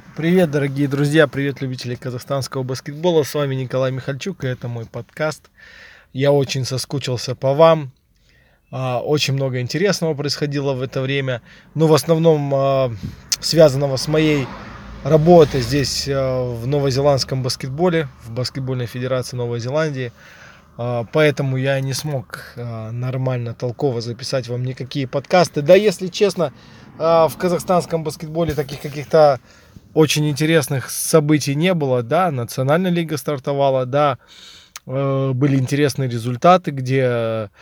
Привет, дорогие друзья, привет, любители казахстанского баскетбола. С вами Николай Михальчук, и это мой подкаст. Я очень соскучился по вам. Очень много интересного происходило в это время. Но в основном связанного с моей работой здесь в новозеландском баскетболе, в баскетбольной федерации Новой Зеландии. Поэтому я не смог нормально, толково записать вам никакие подкасты. Да, если честно, в казахстанском баскетболе таких каких-то очень интересных событий не было. Да, национальная лига стартовала, да, были интересные результаты, где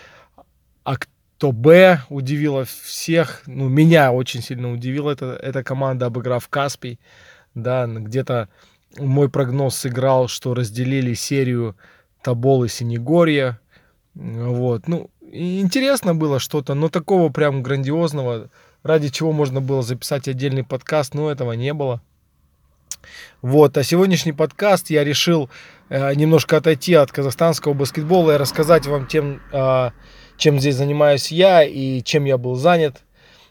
Актобе удивила всех. Ну, меня очень сильно удивила эта команда, обыграв Каспий. Да, где-то мой прогноз сыграл, что разделили серию Тобол и Синегорье. Вот, ну, и интересно было что-то, но такого прям грандиозного, ради чего можно было записать отдельный подкаст, но этого не было. Вот, а сегодняшний подкаст я решил немножко отойти от казахстанского баскетбола и рассказать вам чем здесь занимаюсь я и чем я был занят.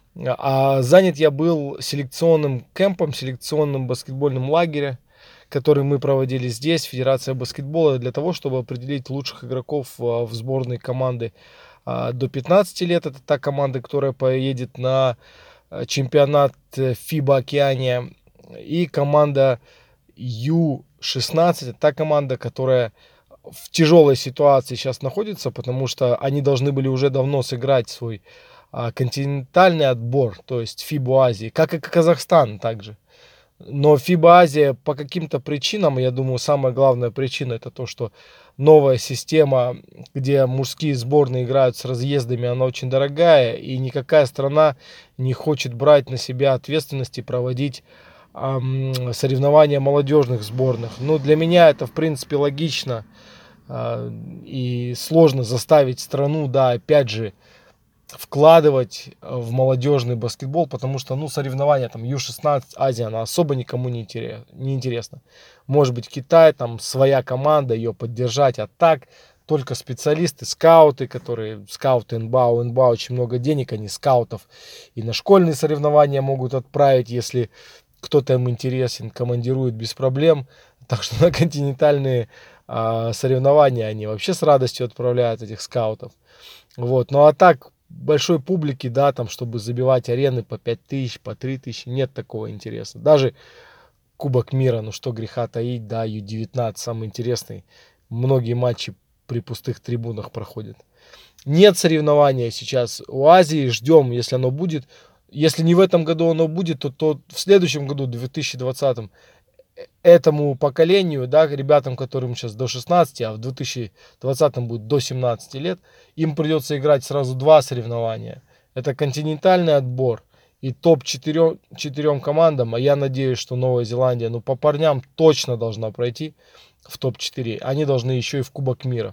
Занят я был селекционным кемпом, селекционным баскетбольным лагерем, который мы проводили здесь, Федерация баскетбола, для того, чтобы определить лучших игроков в сборной команды до 15 лет. Это та команда, которая поедет на чемпионат FIBA Океания. И команда Ю-16, это та команда, которая в тяжелой ситуации сейчас находится, потому что они должны были уже давно сыграть свой континентальный отбор, то есть FIBA Азии, как и Казахстан также. Но FIBA Азия по каким-то причинам, я думаю, самая главная причина это то, что новая система, где мужские сборные играют с разъездами, она очень дорогая, и никакая страна не хочет брать на себя ответственность и проводить соревнования молодежных сборных. Ну, для меня это, в принципе, логично и сложно заставить страну, да, опять же, вкладывать в молодежный баскетбол, потому что, ну, соревнования там Ю-16, Азия, она особо никому не интересна. Может быть, Китай, там своя команда, ее поддержать, а так только специалисты, скауты, скауты НБА, у НБА очень много денег, они скаутов и на школьные соревнования могут отправить, если кто-то им интересен, командирует без проблем. Так что на континентальные соревнования они вообще с радостью отправляют этих скаутов. Вот. Ну а так, большой публики, да, там, чтобы забивать арены по 5000, по 3000, нет такого интереса. Даже Кубок мира, ну что греха таить, да, Ю-19 самый интересный. Многие матчи при пустых трибунах проходят. Нет соревнования сейчас у Азии, ждем, если оно будет. Если не в этом году оно будет, то в следующем году, 2020, этому поколению, да, ребятам, которым сейчас до 16, а в 2020 будет до 17 лет, им придется играть сразу два соревнования. Это континентальный отбор и топ 4 командам, а я надеюсь, что Новая Зеландия, ну, по парням точно должна пройти в топ-4. Они должны еще и в Кубок мира.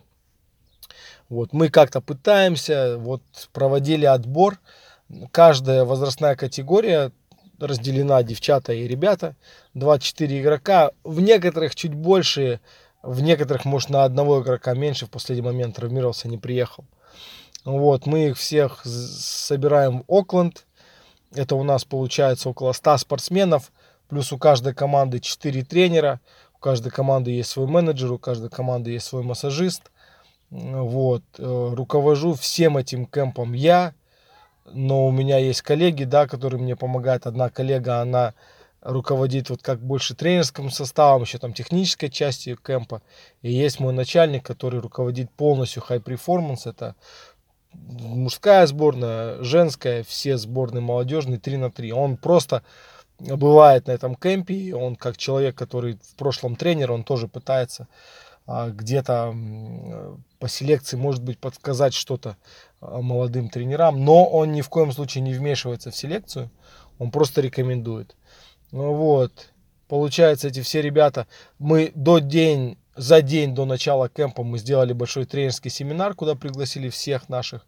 Вот, мы как-то пытаемся, вот, проводили отбор. Каждая возрастная категория разделена, девчата и ребята. 24 игрока. В некоторых чуть больше, в некоторых, может, на одного игрока меньше. В последний момент травмировался, не приехал. Вот, мы их всех собираем в Окленд. Это у нас получается около 100 спортсменов. Плюс у каждой команды 4 тренера. У каждой команды есть свой менеджер, у каждой команды есть свой массажист. Вот, руковожу всем этим кемпом я. Но у меня есть коллеги, да, которые мне помогают. Одна коллега, она руководит вот как больше тренерским составом, еще там технической частью кемпа. И есть мой начальник, который руководит полностью High Performance. Это мужская сборная, женская, все сборные молодежные 3 на 3. Он просто бывает на этом кемпе. И он как человек, который в прошлом тренер, он тоже пытается где-то по селекции, может быть, подсказать что-то молодым тренерам, но он ни в коем случае не вмешивается в селекцию, он просто рекомендует. Ну вот, получается, эти все ребята, мы за день до начала кемпа мы сделали большой тренерский семинар, куда пригласили всех наших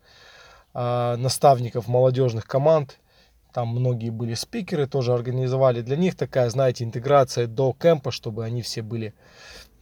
наставников молодежных команд. Там многие были спикеры, тоже организовали для них такая, знаете, интеграция до кемпа, чтобы они все были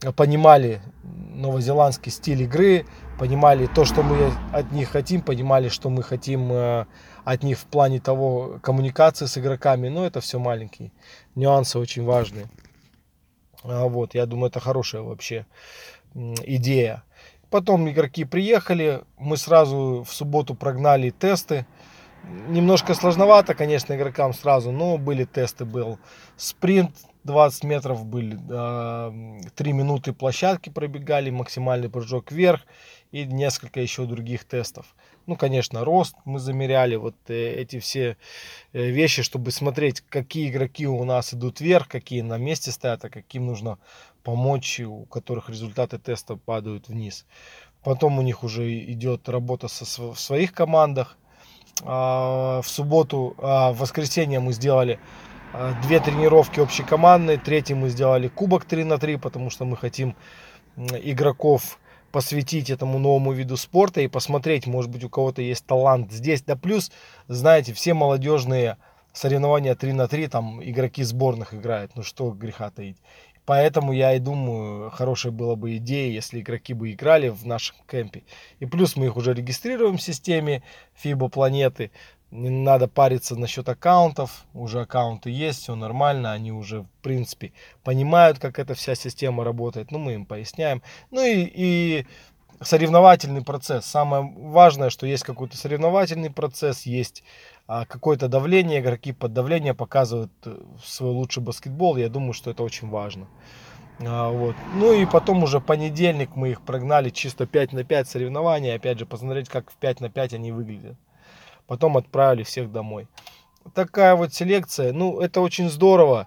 понимали новозеландский стиль игры, понимали то, что мы от них хотим, понимали, что мы хотим от них в плане того коммуникации с игроками. Но это все маленькие нюансы, очень важные. Вот, я думаю, это хорошая вообще идея. Потом игроки приехали, мы сразу в субботу прогнали тесты. Немножко сложновато, конечно, игрокам сразу, но были тесты, был спринт 20 метров, были 3 минуты площадки пробегали, максимальный прыжок вверх и несколько еще других тестов. Ну, конечно, рост мы замеряли, вот эти все вещи, чтобы смотреть, какие игроки у нас идут вверх, какие на месте стоят, а каким нужно помочь, у которых результаты теста падают вниз. Потом у них уже идет работа в своих командах. В субботу, в воскресенье мы сделали 2 тренировки общекомандные. Третий мы сделали кубок 3 на 3, потому что мы хотим игроков посвятить этому новому виду спорта и посмотреть, может быть, у кого-то есть талант здесь. Да плюс, знаете, все молодежные соревнования 3 на 3, там игроки сборных играют. Ну что греха таить. Поэтому я и думаю, хорошей была бы идея, если игроки бы играли в нашем кемпе. И плюс мы их уже регистрируем в системе FIBA планеты. Не надо париться насчет аккаунтов. Уже аккаунты есть, все нормально. Они уже, в принципе, понимают, как эта вся система работает. Ну, мы им поясняем. Ну и соревновательный процесс. Самое важное, что есть какой-то соревновательный процесс, есть какое-то давление, игроки под давление показывают свой лучший баскетбол. Я думаю, что это очень важно. Вот. Ну и потом уже понедельник мы их прогнали чисто 5 на 5 соревнований. Опять же, посмотреть, как в 5 на 5 они выглядят. Потом отправили всех домой. Такая вот селекция. Ну, это очень здорово.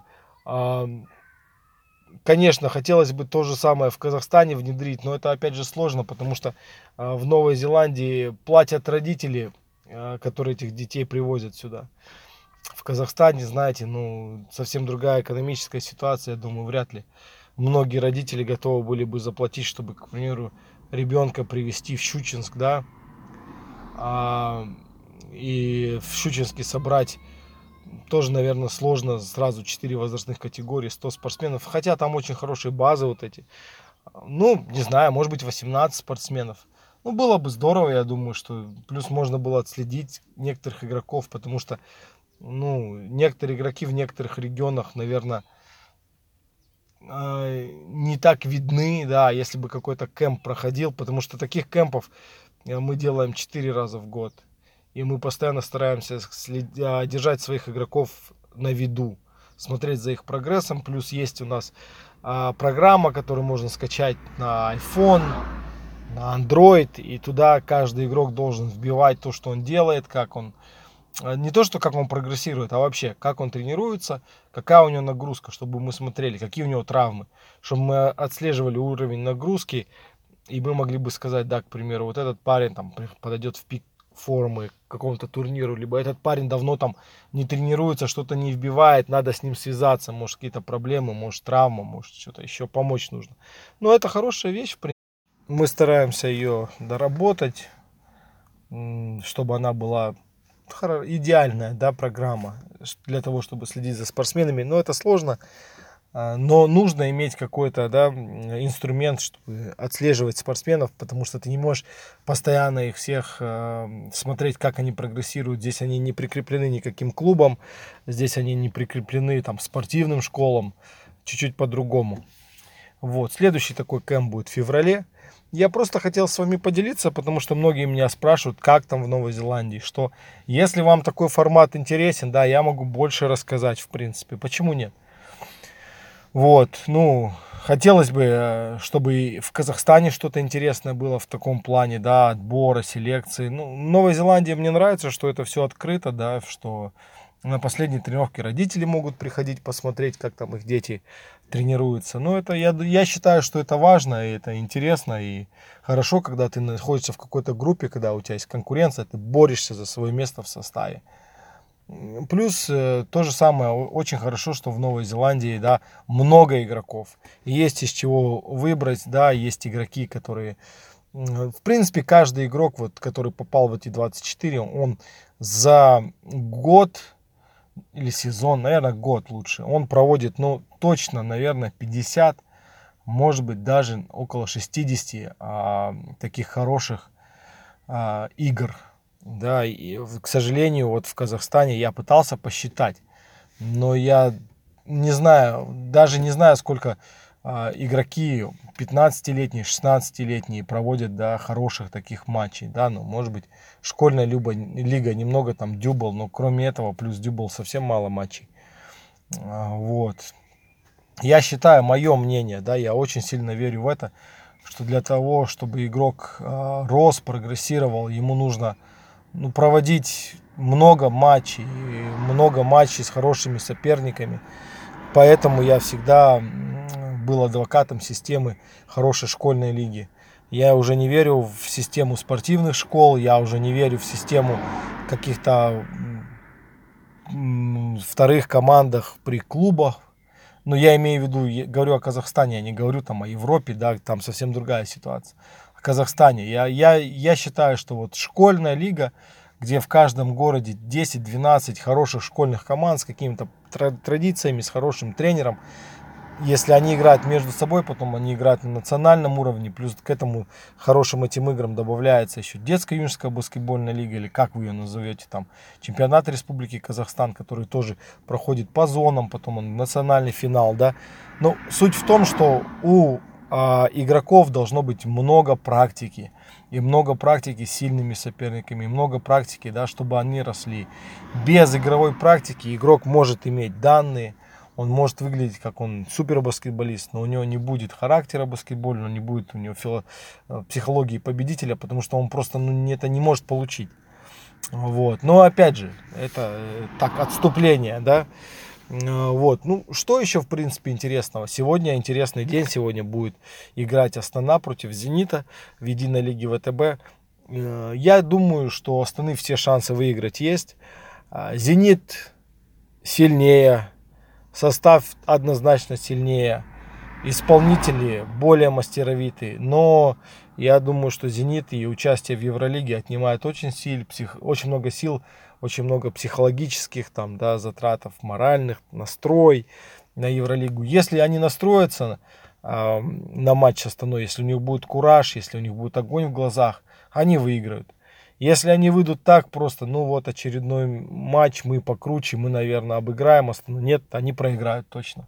Конечно, хотелось бы то же самое в Казахстане внедрить, но это опять же сложно, потому что в Новой Зеландии платят родители, которые этих детей привозят сюда. В Казахстане, знаете, ну, совсем другая экономическая ситуация, я думаю, вряд ли многие родители готовы были бы заплатить, чтобы, к примеру, ребенка привезти в Щучинск, да, и в Щучинске собрать тоже, наверное, сложно сразу 4 возрастных категории, 100 спортсменов. Хотя там очень хорошие базы вот эти. Ну, не знаю, может быть 18 спортсменов. Ну, было бы здорово, я думаю, что плюс можно было отследить некоторых игроков, потому что, ну, некоторые игроки в некоторых регионах, наверное, не так видны, да, если бы какой-то кемп проходил, потому что таких кемпов мы делаем 4 раза в год. И мы постоянно стараемся держать своих игроков на виду, смотреть за их прогрессом. Плюс есть у нас программа, которую можно скачать на iPhone, на Android. И туда каждый игрок должен вбивать то, что он делает, как он... Не то, что как он прогрессирует, а вообще, как он тренируется, какая у него нагрузка, чтобы мы смотрели, какие у него травмы, чтобы мы отслеживали уровень нагрузки, и мы могли бы сказать, да, к примеру, вот этот парень там подойдет в пик формы к какому-то турниру, либо этот парень давно там не тренируется, что-то не вбивает, надо с ним связаться, может какие-то проблемы, может травма, может что-то еще помочь нужно. Но это хорошая вещь, в принципе. Мы стараемся ее доработать, чтобы она была идеальная, да, программа для того, чтобы следить за спортсменами. Но это сложно. Но нужно иметь какой-то, да, инструмент, чтобы отслеживать спортсменов, потому что ты не можешь постоянно их всех смотреть, как они прогрессируют. Здесь они не прикреплены никаким клубам, здесь они не прикреплены там спортивным школам, чуть-чуть по-другому. Вот, следующий такой кэмп будет в феврале. Я просто хотел с вами поделиться, потому что многие меня спрашивают, как там в Новой Зеландии, что если вам такой формат интересен, да, я могу больше рассказать, в принципе, почему нет? Вот, ну, хотелось бы, чтобы в Казахстане что-то интересное было в таком плане, да, отбора, селекции. Ну, Новая Зеландия мне нравится, что это все открыто, да, что на последние тренировки родители могут приходить посмотреть, как там их дети тренируются. Но это я считаю, что это важно, и это интересно, и хорошо, когда ты находишься в какой-то группе, когда у тебя есть конкуренция, ты борешься за свое место в составе. Плюс то же самое, очень хорошо, что в Новой Зеландии, да, много игроков. Есть из чего выбрать, да, есть игроки, которые... В принципе, каждый игрок, вот, который попал в эти 24, он за год или сезон, наверное, год лучше, он проводит, ну, точно, наверное, 50, может быть даже около 60 таких хороших игр. Да, и, к сожалению, вот в Казахстане я пытался посчитать, но я не знаю, даже не знаю, сколько игроки 15-летние, 16-летние проводят, да, хороших таких матчей, да, ну, может быть, школьная лига немного там дюбл, но кроме этого, плюс дюбл совсем мало матчей. Вот. Я считаю, мое мнение, да, я очень сильно верю в это, что для того, чтобы игрок рос, прогрессировал, ему нужно проводить много матчей с хорошими соперниками. Поэтому я всегда был адвокатом системы хорошей школьной лиги. Я уже не верю в систему спортивных школ, я уже не верю в систему каких-то вторых командах при клубах. Но я имею в виду, говорю о Казахстане, я не говорю там о Европе, да, там совсем другая ситуация. О Казахстане. Я считаю, что вот школьная лига, где в каждом городе 10-12 хороших школьных команд с какими-то традициями, с хорошим тренером, если они играют между собой, потом они играют на национальном уровне, плюс к этому хорошим этим играм добавляется еще детская юношеская баскетбольная лига, или как вы ее назовете, там, чемпионат Республики Казахстан, который тоже проходит по зонам, потом он национальный финал, да. Но суть в том, что у игроков должно быть много практики, и много практики с сильными соперниками, и много практики, да, чтобы они росли. Без игровой практики игрок может иметь данные, он может выглядеть как он супер баскетболист, но у него не будет характера баскетбольного, не будет у него психологии победителя, потому что он просто это не может получить. Вот. Но опять же, это так отступление, да. Вот. Ну, что еще, в принципе, интересного? Сегодня интересный день. Сегодня будет играть Астана против Зенита в единой лиге ВТБ. Я думаю, что у Астаны все шансы выиграть есть. Зенит сильнее. Состав однозначно сильнее, исполнители более мастеровитые, но я думаю, что «Зенит» и участие в Евролиге отнимает очень много сил, очень много психологических там, да, затратов, моральных, настрой на Евролигу. Если они настроятся на матч с Астаной, если у них будет кураж, если у них будет огонь в глазах, они выиграют. Если они выйдут так просто, ну вот очередной матч, мы покруче, мы, наверное, обыграем Астану. Нет, они проиграют точно.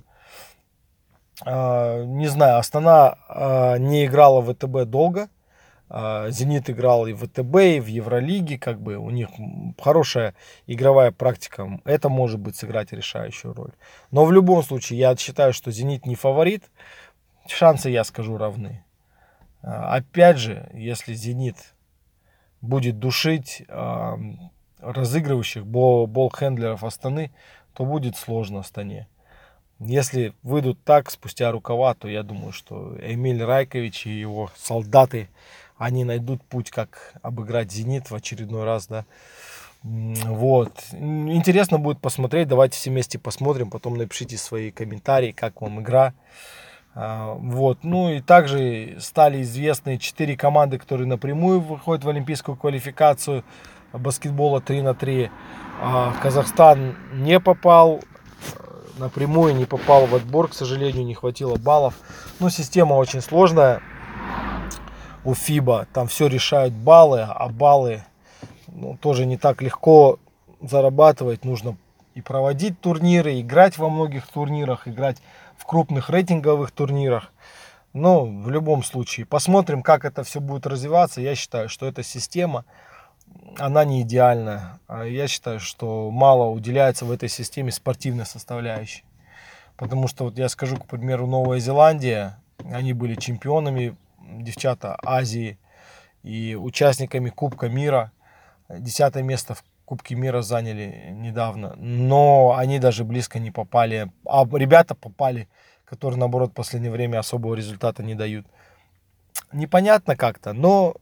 Не знаю, Астана не играла в ВТБ долго. Зенит играл и в ВТБ, и в Евролиге, как бы у них хорошая игровая практика. Это может быть сыграть решающую роль. Но в любом случае, я считаю, что Зенит не фаворит. Шансы, я скажу, равны. Опять же, если Зенит будет душить разыгрывающих болл-хендлеров Астаны, то будет сложно Астане. Если выйдут так, спустя рукава, то я думаю, что Эмиль Райкович и его солдаты, они найдут путь, как обыграть «Зенит» в очередной раз, да. Вот. Интересно будет посмотреть, давайте все вместе посмотрим, потом напишите свои комментарии, как вам игра. Вот. Ну и также стали известны 4 команды, которые напрямую выходят в олимпийскую квалификацию баскетбола 3 на 3. Казахстан не попал напрямую, не попал в отбор, к сожалению, не хватило баллов. Но система очень сложная у ФИБА, там все решают баллы, а баллы тоже не так легко зарабатывать. Нужно и проводить турниры, играть во многих турнирах, играть в крупных рейтинговых турнирах. Но в любом случае, посмотрим, как это все будет развиваться. Я считаю, что эта система, она не идеальная. Я считаю, что мало уделяется в этой системе спортивной составляющей. Потому что, вот я скажу, к примеру, Новая Зеландия, они были чемпионами, девчата, Азии и участниками Кубка мира. 10 место в Кубке мира заняли недавно, но они даже близко не попали. А ребята попали, которые, наоборот, в последнее время особого результата не дают. Непонятно как-то, но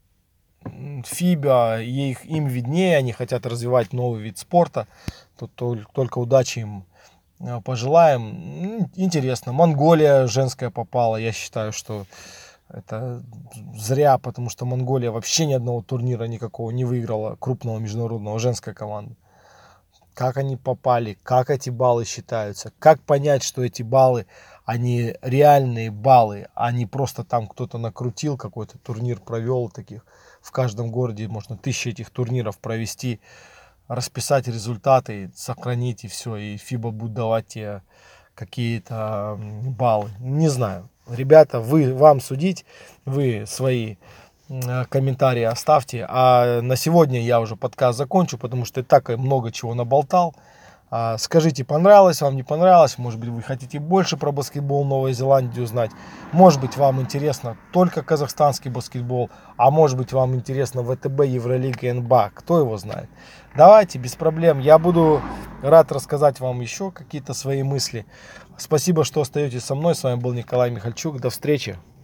ФИБА, им виднее, они хотят развивать новый вид спорта. Тут только удачи им пожелаем. Интересно, Монголия женская попала. Я считаю, что это зря, потому что Монголия вообще ни одного турнира никакого не выиграла, крупного международного, женская команда. как они попали, как эти баллы считаются, как понять, что эти баллы, они реальные баллы, а не просто там кто-то накрутил, какой-то турнир провел таких. В каждом городе можно 1000 этих турниров провести, расписать результаты, сохранить и все, и FIBA будет давать тебе какие-то баллы. Не знаю. Ребята, вам судить, вы свои комментарии оставьте. А на сегодня я уже подкаст закончу, потому что и так много чего наболтал. Скажите, понравилось вам, не понравилось? Может быть, вы хотите больше про баскетбол Новой Зеландии узнать? Может быть, вам интересно только казахстанский баскетбол, а может быть, вам интересно ВТБ, Евролига и НБА? Кто его знает? Давайте, без проблем. Я буду рад рассказать вам еще какие-то свои мысли. Спасибо, что остаетесь со мной. С вами был Николай Михальчук. До встречи.